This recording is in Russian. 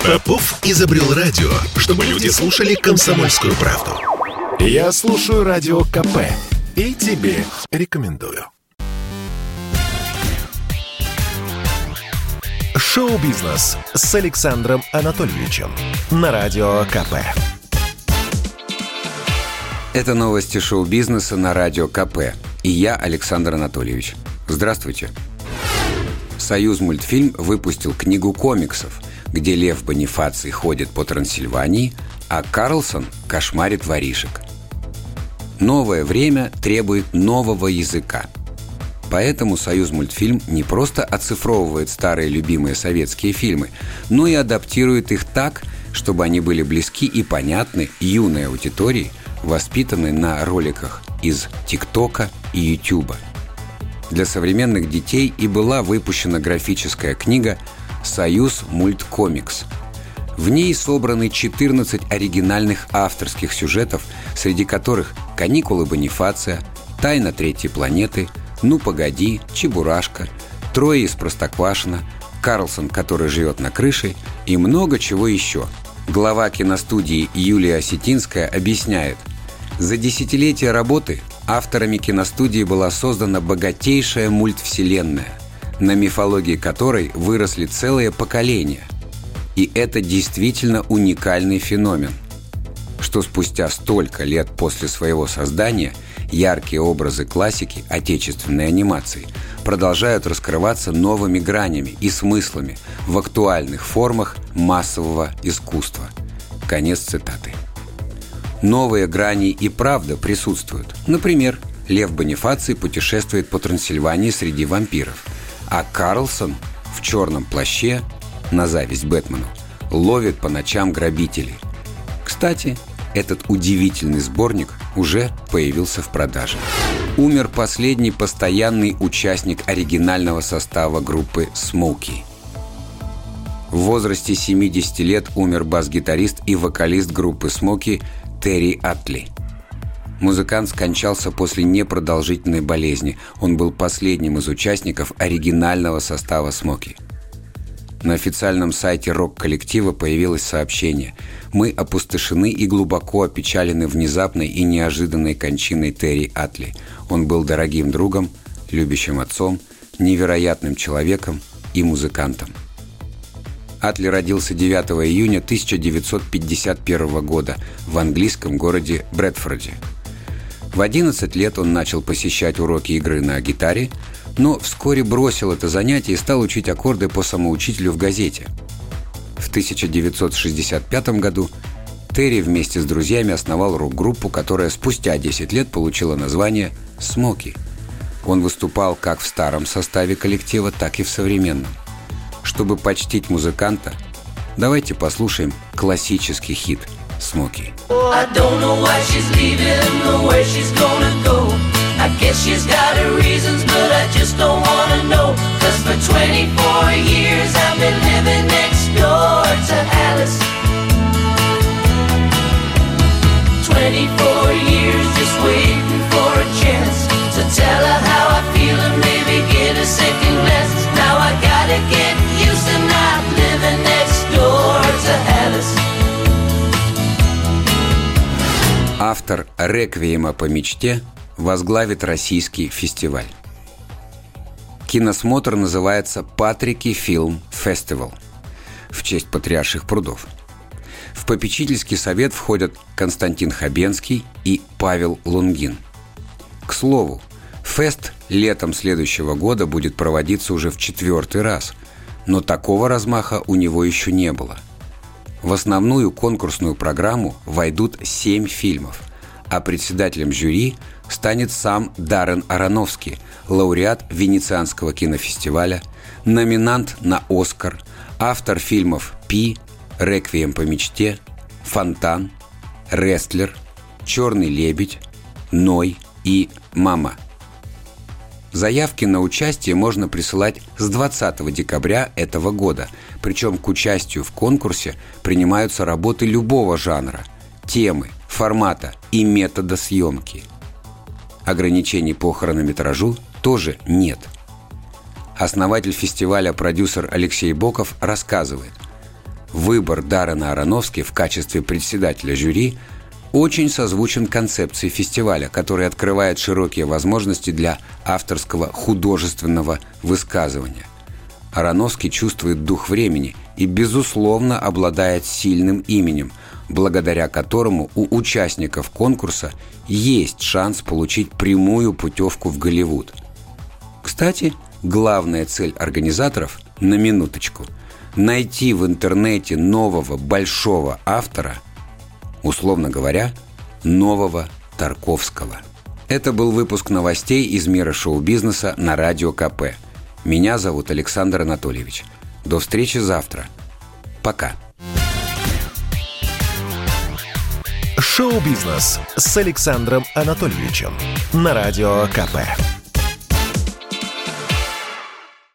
Попов изобрел радио, чтобы люди слушали «Комсомольскую правду». Я слушаю Радио КП и тебе рекомендую. Шоу-бизнес с Александром Анатольевичем на Радио КП. Это новости шоу-бизнеса на Радио КП. И я, Александр Анатольевич. Здравствуйте. «Союзмультфильм» выпустил книгу комиксов, где Лев Бонифаций ходит по Трансильвании, а Карлсон кошмарит воришек. Новое время требует нового языка. Поэтому «Союзмультфильм» не просто оцифровывает старые любимые советские фильмы, но и адаптирует их так, чтобы они были близки и понятны юной аудитории, воспитанной на роликах из ТикТока и Ютуба. Для современных детей и была выпущена графическая книга «Союз Мульткомикс». В ней собраны 14 оригинальных авторских сюжетов, среди которых «Каникулы Бонифация», «Тайна третьей планеты», «Ну погоди», «Чебурашка», «Трое из Простоквашино», «Карлсон, который живет на крыше» и много чего еще. Глава киностудии Юлия Осетинская объясняет: за десятилетия работы авторами киностудии была создана богатейшая мультвселенная, на мифологии которой выросли целые поколения. И это действительно уникальный феномен, что спустя столько лет после своего создания яркие образы классики отечественной анимации продолжают раскрываться новыми гранями и смыслами в актуальных формах массового искусства. Конец цитаты. Новые грани и правда присутствуют. Например, Лев Бонифаций путешествует по Трансильвании среди вампиров, а Карлсон в черном плаще, на зависть Бэтмену, ловит по ночам грабителей. Кстати, этот удивительный сборник уже появился в продаже. Умер последний постоянный участник оригинального состава группы Smokey. В возрасте 70 лет умер бас-гитарист и вокалист группы Smokey Терри Атли. Музыкант скончался после непродолжительной болезни. Он был последним из участников оригинального состава Smokey. На официальном сайте рок-коллектива появилось сообщение: «Мы опустошены и глубоко опечалены внезапной и неожиданной кончиной Терри Атли. Он был дорогим другом, любящим отцом, невероятным человеком и музыкантом». Атли родился 9 июня 1951 года в английском городе Брэдфорде. В 11 лет он начал посещать уроки игры на гитаре, но вскоре бросил это занятие и стал учить аккорды по самоучителю в газете. В 1965 году Терри вместе с друзьями основал рок-группу, которая спустя 10 лет получила название «Смоки». Он выступал как в старом составе коллектива, так и в современном. Чтобы почтить музыканта, давайте послушаем классический хит «Смоки». I guess she's got her reasons, but I just don't wanna know. 'Cause for 24 years I've been living next door to Alice. 24 years just waiting for a chance to tell her how I feel and maybe get a second glance. Now I gotta get used to not living next door to Alice. Автор «Реквиема по мечте» возглавит российский фестиваль. Киносмотр называется «Патрики Фильм Фестивал» в честь патриарших прудов. В попечительский совет входят Константин Хабенский и Павел Лунгин. К слову, фест летом следующего года будет проводиться уже в 4-й раз, но такого размаха у него еще не было. В основную конкурсную программу войдут 7 фильмов, а председателем жюри станет сам Даррен Аронофски, лауреат Венецианского кинофестиваля, номинант на «Оскар», автор фильмов «Пи», «Реквием по мечте», «Фонтан», «Рестлер», «Черный лебедь», «Ной» и «Мама». Заявки на участие можно присылать с 20 декабря этого года, причем к участию в конкурсе принимаются работы любого жанра, темы, формата и метода съемки. Ограничений по хронометражу тоже нет. Основатель фестиваля, продюсер Алексей Боков рассказывает: Выбор Даррена Аронофски в качестве председателя жюри очень созвучен концепции фестиваля, который открывает широкие возможности для авторского художественного высказывания. Аронофски чувствует дух времени и, безусловно, обладает сильным именем, благодаря которому у участников конкурса есть шанс получить прямую путевку в Голливуд. Кстати, главная цель организаторов, на минуточку, найти в интернете нового большого автора, условно говоря, нового Тарковского. Это был выпуск новостей из мира шоу-бизнеса на Радио КП. Меня зовут Александр Анатольевич. До встречи завтра. Пока. Шоу-бизнес с Александром Анатольевичем на Радио КП.